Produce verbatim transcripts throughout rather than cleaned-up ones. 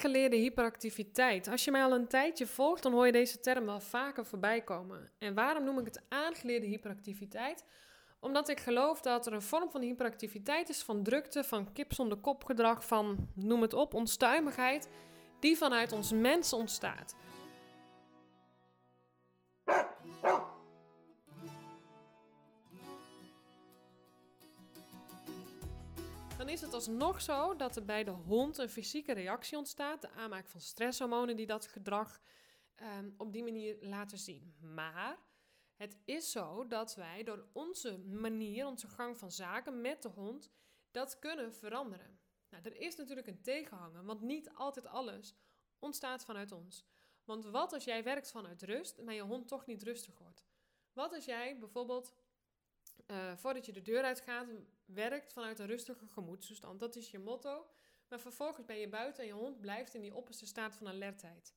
Aangeleerde hyperactiviteit. Als je mij al een tijdje volgt, dan hoor je deze term wel vaker voorbij komen. En waarom noem ik het aangeleerde hyperactiviteit? Omdat ik geloof dat er een vorm van hyperactiviteit is van drukte, van kip zonder kop gedrag, van noem het op, onstuimigheid, die vanuit ons mens ontstaat. Dan is het alsnog zo dat er bij de hond een fysieke reactie ontstaat, de aanmaak van stresshormonen die dat gedrag um, op die manier laten zien. Maar het is zo dat wij door onze manier, onze gang van zaken met de hond, dat kunnen veranderen. Nou, er is natuurlijk een tegenhanger, want niet altijd alles ontstaat vanuit ons. Want wat als jij werkt vanuit rust, maar je hond toch niet rustig wordt? Wat als jij bijvoorbeeld, uh, voordat je de deur uitgaat, werkt vanuit een rustige gemoedstoestand? Dat is je motto. Maar vervolgens ben je buiten en je hond blijft in die opperste staat van alertheid.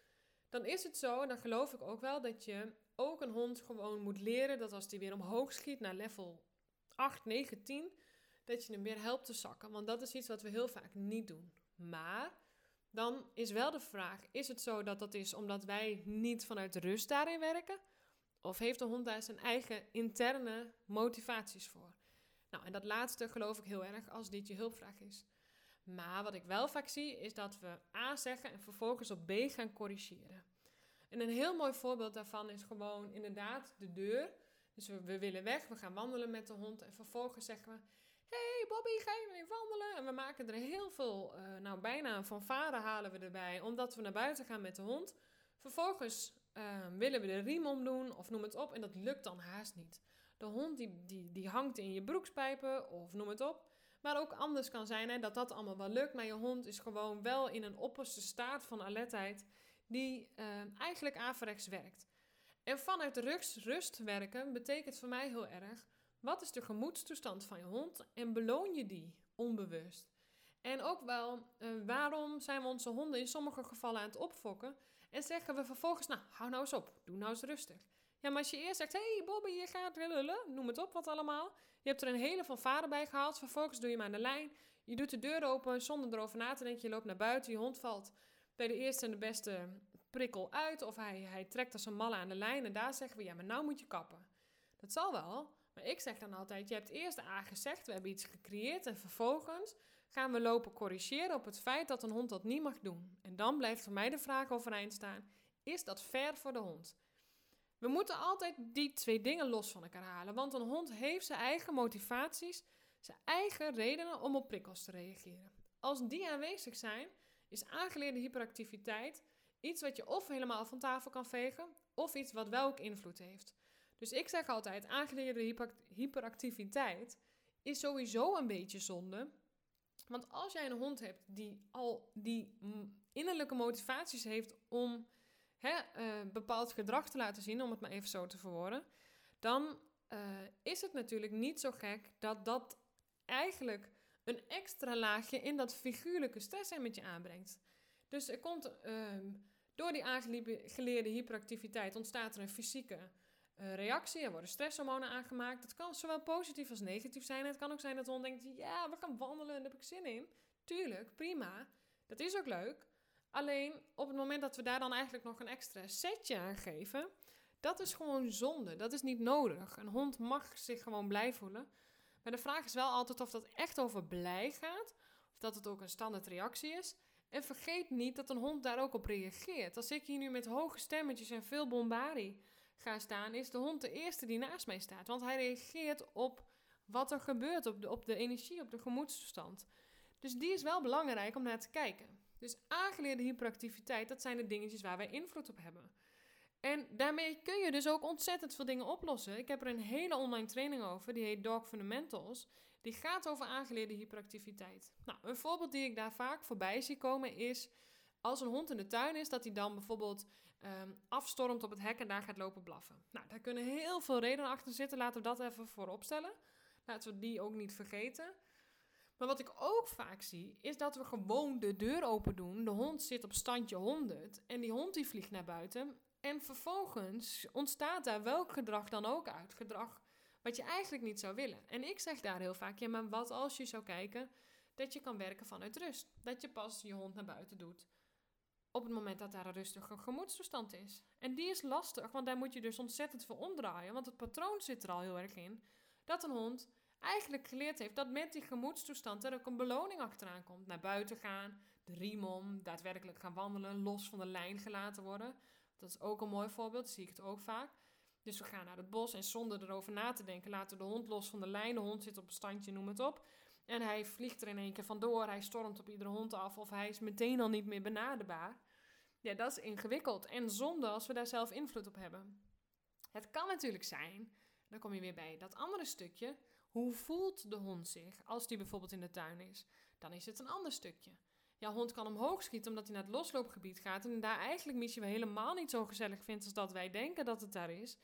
Dan is het zo, en dan geloof ik ook wel, dat je ook een hond gewoon moet leren dat als die weer omhoog schiet naar level acht, negen, tien, dat je hem weer helpt te zakken. Want dat is iets wat we heel vaak niet doen. Maar dan is wel de vraag, is het zo dat dat is omdat wij niet vanuit rust daarin werken? Of heeft de hond daar zijn eigen interne motivaties voor? Nou, en dat laatste geloof ik heel erg als dit je hulpvraag is. Maar wat ik wel vaak zie, is dat we A zeggen en vervolgens op B gaan corrigeren. En een heel mooi voorbeeld daarvan is gewoon inderdaad de deur. Dus we, we willen weg, we gaan wandelen met de hond en vervolgens zeggen we: hey Bobby, ga je weer wandelen? En we maken er heel veel, uh, nou bijna een fanfare halen we erbij, omdat we naar buiten gaan met de hond. Vervolgens uh, willen we de riem omdoen of noem het op en dat lukt dan haast niet. De hond die, die, die hangt in je broekspijpen of noem het op. Maar ook anders kan zijn hè, dat dat allemaal wel lukt, maar je hond is gewoon wel in een opperste staat van alertheid die uh, eigenlijk averechts werkt. En vanuit rust, rust werken betekent voor mij heel erg, wat is de gemoedstoestand van je hond en beloon je die onbewust? En ook wel, uh, waarom zijn we onze honden in sommige gevallen aan het opfokken en zeggen we vervolgens, nou, hou nou eens op, doe nou eens rustig. Ja, maar als je eerst zegt, hey Bobby, je gaat lullen, noem het op wat allemaal. Je hebt er een hele fanfare bij gehaald, vervolgens doe je hem aan de lijn. Je doet de deur open zonder erover na te denken, je loopt naar buiten, je hond valt bij de eerste en de beste prikkel uit. Of hij, hij trekt als een malle aan de lijn en daar zeggen we, ja, maar nou moet je kappen. Dat zal wel, maar ik zeg dan altijd, je hebt eerst A gezegd, we hebben iets gecreëerd en vervolgens gaan we lopen corrigeren op het feit dat een hond dat niet mag doen. En dan blijft voor mij de vraag overeind staan, is dat fair voor de hond? We moeten altijd die twee dingen los van elkaar halen, want een hond heeft zijn eigen motivaties, zijn eigen redenen om op prikkels te reageren. Als die aanwezig zijn, is aangeleerde hyperactiviteit iets wat je of helemaal van tafel kan vegen, of iets wat wel ook invloed heeft. Dus ik zeg altijd, aangeleerde hyper- hyperactiviteit is sowieso een beetje zonde. Want als jij een hond hebt die al die innerlijke motivaties heeft om He, uh, bepaald gedrag te laten zien, om het maar even zo te verwoorden, dan uh, is het natuurlijk niet zo gek dat dat eigenlijk een extra laagje in dat figuurlijke stressemmetje aanbrengt. Dus er komt, uh, door die aangeleerde hyperactiviteit ontstaat er een fysieke uh, reactie, er worden stresshormonen aangemaakt. Dat kan zowel positief als negatief zijn. Het kan ook zijn dat de hond denkt, ja, we gaan wandelen, daar heb ik zin in. Tuurlijk, prima, dat is ook leuk. Alleen op het moment dat we daar dan eigenlijk nog een extra setje aan geven, dat is gewoon zonde. Dat is niet nodig. Een hond mag zich gewoon blij voelen. Maar de vraag is wel altijd of dat echt over blij gaat, of dat het ook een standaard reactie is. En vergeet niet dat een hond daar ook op reageert. Als ik hier nu met hoge stemmetjes en veel bombardie ga staan, is de hond de eerste die naast mij staat. Want hij reageert op wat er gebeurt, op de, op de energie, op de gemoedstoestand. Dus die is wel belangrijk om naar te kijken. Dus aangeleerde hyperactiviteit, dat zijn de dingetjes waar wij invloed op hebben. En daarmee kun je dus ook ontzettend veel dingen oplossen. Ik heb er een hele online training over, die heet Dog Fundamentals. Die gaat over aangeleerde hyperactiviteit. Nou, een voorbeeld die ik daar vaak voorbij zie komen is, als een hond in de tuin is, dat hij dan bijvoorbeeld um, afstormt op het hek en daar gaat lopen blaffen. Nou, daar kunnen heel veel redenen achter zitten. Laten we dat even voorop stellen. Laten we die ook niet vergeten. Maar wat ik ook vaak zie, is dat we gewoon de deur open doen. De hond zit op standje honderd en die hond die vliegt naar buiten. En vervolgens ontstaat daar welk gedrag dan ook uit. Gedrag wat je eigenlijk niet zou willen. En ik zeg daar heel vaak, ja, maar wat als je zou kijken dat je kan werken vanuit rust. Dat je pas je hond naar buiten doet op het moment dat daar een rustige gemoedstoestand is. En die is lastig, want daar moet je dus ontzettend veel omdraaien. Want het patroon zit er al heel erg in dat een hond eigenlijk geleerd heeft dat met die gemoedstoestand er ook een beloning achteraan komt. Naar buiten gaan, de riem om, daadwerkelijk gaan wandelen, los van de lijn gelaten worden. Dat is ook een mooi voorbeeld, dat zie ik het ook vaak. Dus we gaan naar het bos en zonder erover na te denken laten we de hond los van de lijn. De hond zit op een standje, noem het op. En hij vliegt er in één keer vandoor, hij stormt op iedere hond af of hij is meteen al niet meer benaderbaar. Ja, dat is ingewikkeld en zonde als we daar zelf invloed op hebben. Het kan natuurlijk zijn, dan kom je weer bij dat andere stukje. Hoe voelt de hond zich als die bijvoorbeeld in de tuin is? Dan is het een ander stukje. Jouw hond kan omhoog schieten omdat hij naar het losloopgebied gaat en daar eigenlijk misschien wel helemaal niet zo gezellig vindt als dat wij denken dat het daar is.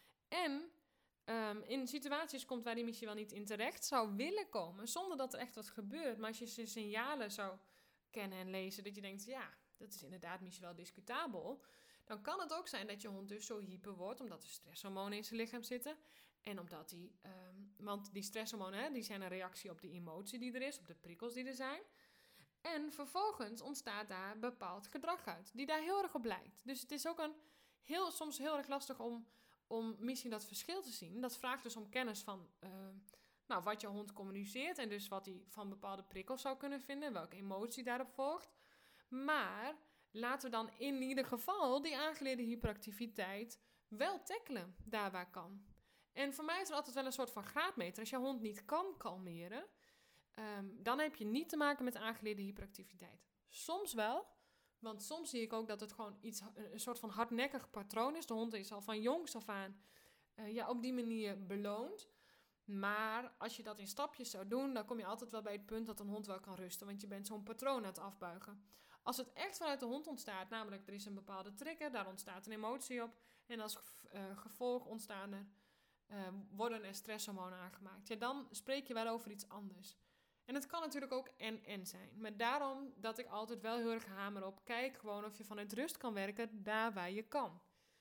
En um, in situaties komt waar die misschien wel niet in terecht zou willen komen, zonder dat er echt wat gebeurt. Maar als je zijn signalen zou kennen en lezen, dat je denkt, ja, dat is inderdaad misschien wel discutabel, dan kan het ook zijn dat je hond dus zo hyper wordt, omdat er stresshormonen in zijn lichaam zitten. En omdat die, um, want die stresshormonen, hè, die zijn een reactie op die emotie die er is, op de prikkels die er zijn. En vervolgens ontstaat daar bepaald gedrag uit, die daar heel erg op lijkt. Dus het is ook een heel, soms heel erg lastig om, om misschien dat verschil te zien. Dat vraagt dus om kennis van uh, nou, wat je hond communiceert en dus wat hij van bepaalde prikkels zou kunnen vinden, welke emotie daarop volgt. Maar laten we dan in ieder geval die aangeleerde hyperactiviteit wel tackelen, daar waar kan. En voor mij is er altijd wel een soort van graadmeter. Als je hond niet kan kalmeren, um, dan heb je niet te maken met aangeleerde hyperactiviteit. Soms wel, want soms zie ik ook dat het gewoon iets, een soort van hardnekkig patroon is. De hond is al van jongs af aan uh, ja, op die manier beloond. Maar als je dat in stapjes zou doen, dan kom je altijd wel bij het punt dat een hond wel kan rusten. Want je bent zo'n patroon aan het afbuigen. Als het echt vanuit de hond ontstaat, namelijk er is een bepaalde trigger, daar ontstaat een emotie op. En als uh, gevolg ontstaan er, uh, worden er stresshormonen aangemaakt. Ja, dan spreek je wel over iets anders. En het kan natuurlijk ook en-en zijn. Maar daarom dat ik altijd wel heel erg hamer op, kijk gewoon of je vanuit rust kan werken daar waar je kan.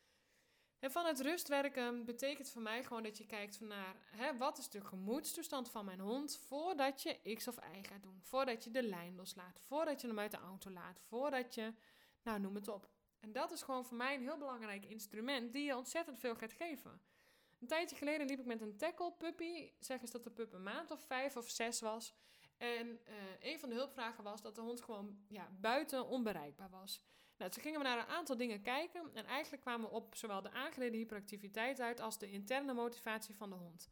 En vanuit rust werken betekent voor mij gewoon dat je kijkt van naar, hè, wat is de gemoedstoestand van mijn hond voordat je X of Y gaat doen. Voordat je de lijn loslaat, voordat je hem uit de auto laat, voordat je, nou noem het op. En dat is gewoon voor mij een heel belangrijk instrument die je ontzettend veel gaat geven. Een tijdje geleden liep ik met een tackle puppy, zeg eens dat de pup een maand of vijf of zes was. En uh, een van de hulpvragen was dat de hond gewoon ja, buiten onbereikbaar was. Nou, toen gingen we naar een aantal dingen kijken en eigenlijk kwamen we op zowel de aangeleerde hyperactiviteit uit als de interne motivatie van de hond.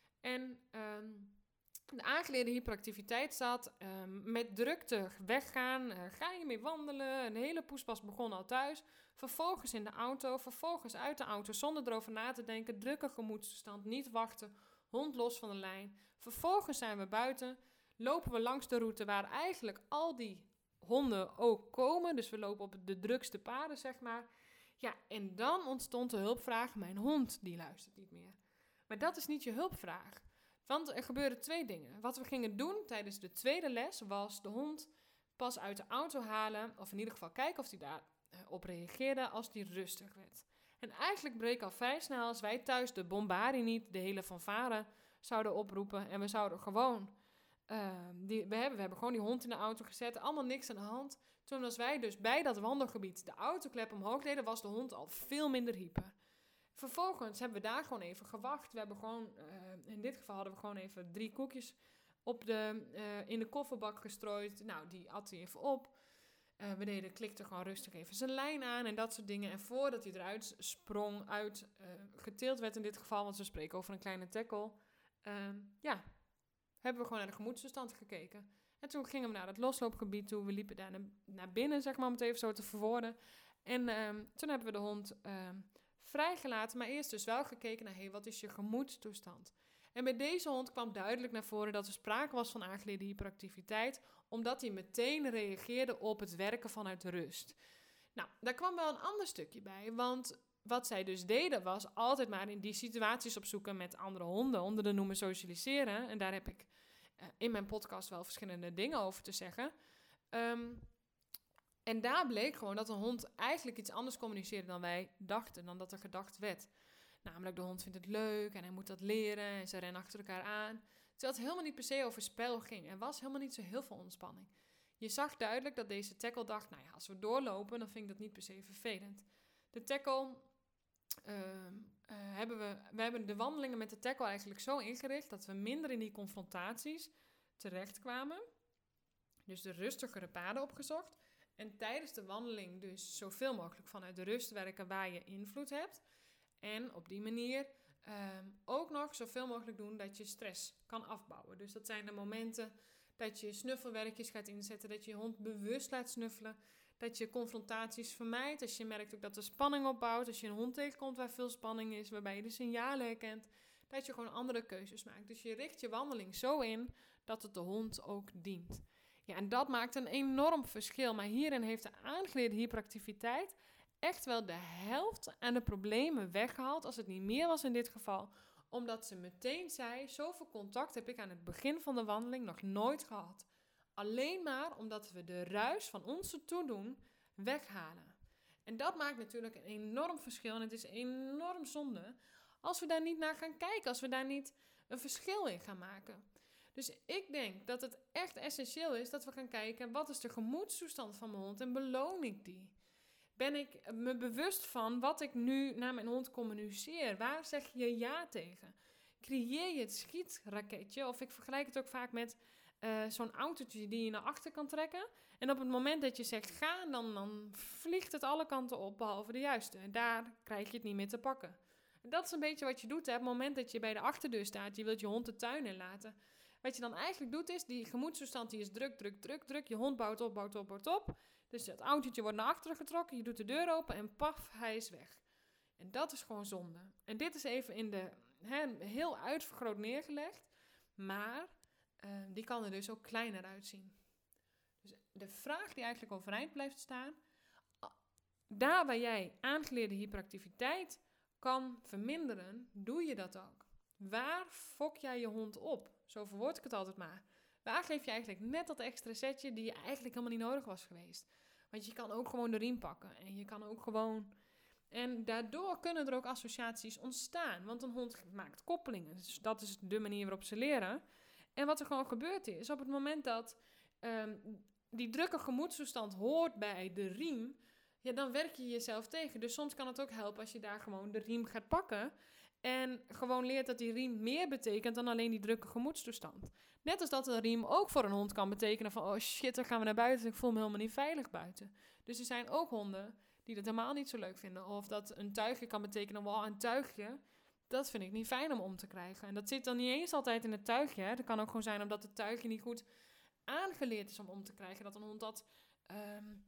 En um, de aangeleerde hyperactiviteit zat um, met drukte weggaan, uh, ga je mee wandelen, een hele poespas begon al thuis. Vervolgens in de auto, vervolgens uit de auto zonder erover na te denken, drukke gemoedstoestand, niet wachten, hond los van de lijn. Vervolgens zijn we buiten, lopen we langs de route waar eigenlijk al die honden ook komen. Dus we lopen op de drukste paden, zeg maar. Ja, en dan ontstond de hulpvraag, mijn hond die luistert niet meer. Maar dat is niet je hulpvraag. Want er gebeurden twee dingen. Wat we gingen doen tijdens de tweede les was de hond pas uit de auto halen, of in ieder geval kijken of hij daarop reageerde als die rustig werd. En eigenlijk bleek al vrij snel als wij thuis de bombardie niet, de hele fanfare zouden oproepen en we zouden gewoon Uh, die, we, hebben, we hebben gewoon die hond in de auto gezet, allemaal niks aan de hand. Toen als wij dus bij dat wandelgebied de autoklep omhoog deden, was de hond al veel minder hyper. Vervolgens hebben we daar gewoon even gewacht. We hebben gewoon, uh, in dit geval hadden we gewoon even drie koekjes op de, uh, in de kofferbak gestrooid. Nou, die at hij even op. Uh, we deden, klikten gewoon rustig even zijn lijn aan en dat soort dingen. En voordat hij eruit sprong, uit uh, geteeld werd in dit geval, want we spreken over een kleine tackle. Uh, ja... hebben we gewoon naar de gemoedstoestand gekeken. En toen gingen we naar het losloopgebied toe. We liepen daar naar binnen, zeg maar, om het even zo te verwoorden. En um, toen hebben we de hond um, vrijgelaten. Maar eerst dus wel gekeken naar, hé, hey, wat is je gemoedstoestand? En bij deze hond kwam duidelijk naar voren dat er sprake was van aangeleerde hyperactiviteit. Omdat hij meteen reageerde op het werken vanuit rust. Nou, daar kwam wel een ander stukje bij. Want wat zij dus deden was altijd maar in die situaties opzoeken met andere honden. Onder de noemer socialiseren. En daar heb ik uh, in mijn podcast wel verschillende dingen over te zeggen. Um, en daar bleek gewoon dat een hond eigenlijk iets anders communiceerde dan wij dachten. Dan dat er gedacht werd. Namelijk de hond vindt het leuk en hij moet dat leren en ze rennen achter elkaar aan. Terwijl het helemaal niet per se over spel ging. Er was helemaal niet zo heel veel ontspanning. Je zag duidelijk dat deze tackle dacht, nou ja, als we doorlopen, dan vind ik dat niet per se vervelend. De tackle, uh, uh, hebben we, we hebben de wandelingen met de tackle eigenlijk zo ingericht dat we minder in die confrontaties terechtkwamen. Dus de rustigere paden opgezocht. En tijdens de wandeling dus zoveel mogelijk vanuit de rust werken waar je invloed hebt. En op die manier um, ook nog zoveel mogelijk doen dat je stress kan afbouwen. Dus dat zijn de momenten dat je snuffelwerkjes gaat inzetten, dat je je hond bewust laat snuffelen, dat je confrontaties vermijdt. Als je merkt ook dat er spanning opbouwt, als je een hond tegenkomt waar veel spanning is, waarbij je de signalen herkent, dat je gewoon andere keuzes maakt. Dus je richt je wandeling zo in dat het de hond ook dient. Ja, en dat maakt een enorm verschil. Maar hierin heeft de aangeleerde hyperactiviteit echt wel de helft aan de problemen weggehaald, als het niet meer was in dit geval, omdat ze meteen zei, zoveel contact heb ik aan het begin van de wandeling nog nooit gehad. Alleen maar omdat we de ruis van onze toedoen weghalen. En dat maakt natuurlijk een enorm verschil en het is enorm zonde als we daar niet naar gaan kijken, als we daar niet een verschil in gaan maken. Dus ik denk dat het echt essentieel is dat we gaan kijken, wat is de gemoedstoestand van mijn hond en beloon ik die? Ben ik me bewust van wat ik nu naar mijn hond communiceer? Waar zeg je ja tegen? Creëer je het schietraketje? Of ik vergelijk het ook vaak met uh, zo'n autootje die je naar achter kan trekken. En op het moment dat je zegt ga, dan, dan vliegt het alle kanten op, behalve de juiste. En daar krijg je het niet meer te pakken. En dat is een beetje wat je doet. Hè? Op het moment dat je bij de achterdeur staat, je wilt je hond de tuin inlaten. Wat je dan eigenlijk doet is, die gemoedstoestand die is druk, druk, druk, druk. Je hond bouwt op, bouwt op, bouwt op. Dus dat autootje wordt naar achteren getrokken, je doet de deur open en paf, hij is weg. En dat is gewoon zonde. En dit is even in de, he, heel uitvergroot neergelegd, maar uh, die kan er dus ook kleiner uitzien. Dus de vraag die eigenlijk overeind blijft staan, daar waar jij aangeleerde hyperactiviteit kan verminderen, doe je dat ook. Waar fok jij je hond op? Zo verwoord ik het altijd maar. Waar geef je eigenlijk net dat extra setje die je eigenlijk helemaal niet nodig was geweest? Want je kan ook gewoon de riem pakken. En je kan ook gewoon... En daardoor kunnen er ook associaties ontstaan. Want een hond maakt koppelingen. Dus dat is de manier waarop ze leren. En wat er gewoon gebeurd is, op het moment dat um, die drukke gemoedstoestand hoort bij de riem, ja, dan werk je jezelf tegen. Dus soms kan het ook helpen als je daar gewoon de riem gaat pakken en gewoon leert dat die riem meer betekent dan alleen die drukke gemoedstoestand. Net als dat een riem ook voor een hond kan betekenen van, oh shit, dan gaan we naar buiten, ik voel me helemaal niet veilig buiten. Dus er zijn ook honden die dat helemaal niet zo leuk vinden. Of dat een tuigje kan betekenen, wow, een tuigje, dat vind ik niet fijn om om te krijgen. En dat zit dan niet eens altijd in het tuigje. Hè. Dat kan ook gewoon zijn omdat het tuigje niet goed aangeleerd is om om te krijgen. Dat een hond dat um,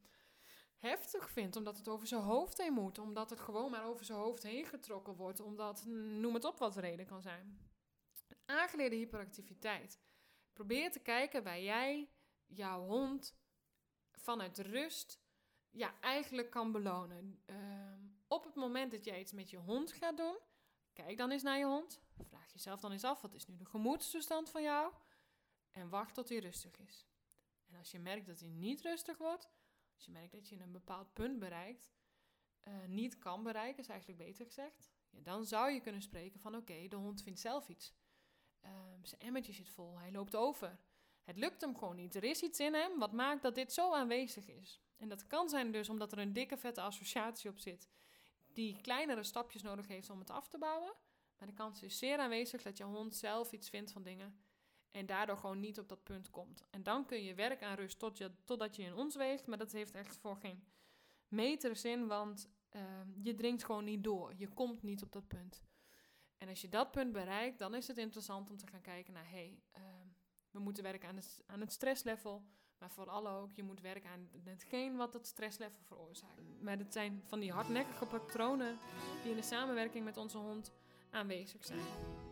heftig vindt, omdat het over zijn hoofd heen moet. Omdat het gewoon maar over zijn hoofd heen getrokken wordt. Omdat, noem het op wat de reden kan zijn. Aangeleerde hyperactiviteit. Probeer te kijken waar jij jouw hond vanuit rust ja, eigenlijk kan belonen. Uh, op het moment dat jij iets met je hond gaat doen, kijk dan eens naar je hond. Vraag jezelf dan eens af, wat is nu de gemoedstoestand van jou? En wacht tot hij rustig is. En als je merkt dat hij niet rustig wordt, als je merkt dat je een bepaald punt bereikt, uh, niet kan bereiken, is eigenlijk beter gezegd, ja, dan zou je kunnen spreken van oké, okay, de hond vindt zelf iets. Uh, zijn emmertje zit vol, hij loopt over. Het lukt hem gewoon niet. Er is iets in hem wat maakt dat dit zo aanwezig is. En dat kan zijn dus omdat er een dikke vette associatie op zit, die kleinere stapjes nodig heeft om het af te bouwen. Maar de kans is zeer aanwezig dat je hond zelf iets vindt van dingen en daardoor gewoon niet op dat punt komt. En dan kun je werken aan rust tot je, totdat je in ons weegt, maar dat heeft echt voor geen meter zin, want uh, je dringt gewoon niet door. Je komt niet op dat punt. En als je dat punt bereikt, dan is het interessant om te gaan kijken naar, hé, hey, uh, we moeten werken aan het, aan het stresslevel, maar vooral ook, je moet werken aan hetgeen wat dat stresslevel veroorzaakt. Maar dat zijn van die hardnekkige patronen die in de samenwerking met onze hond aanwezig zijn.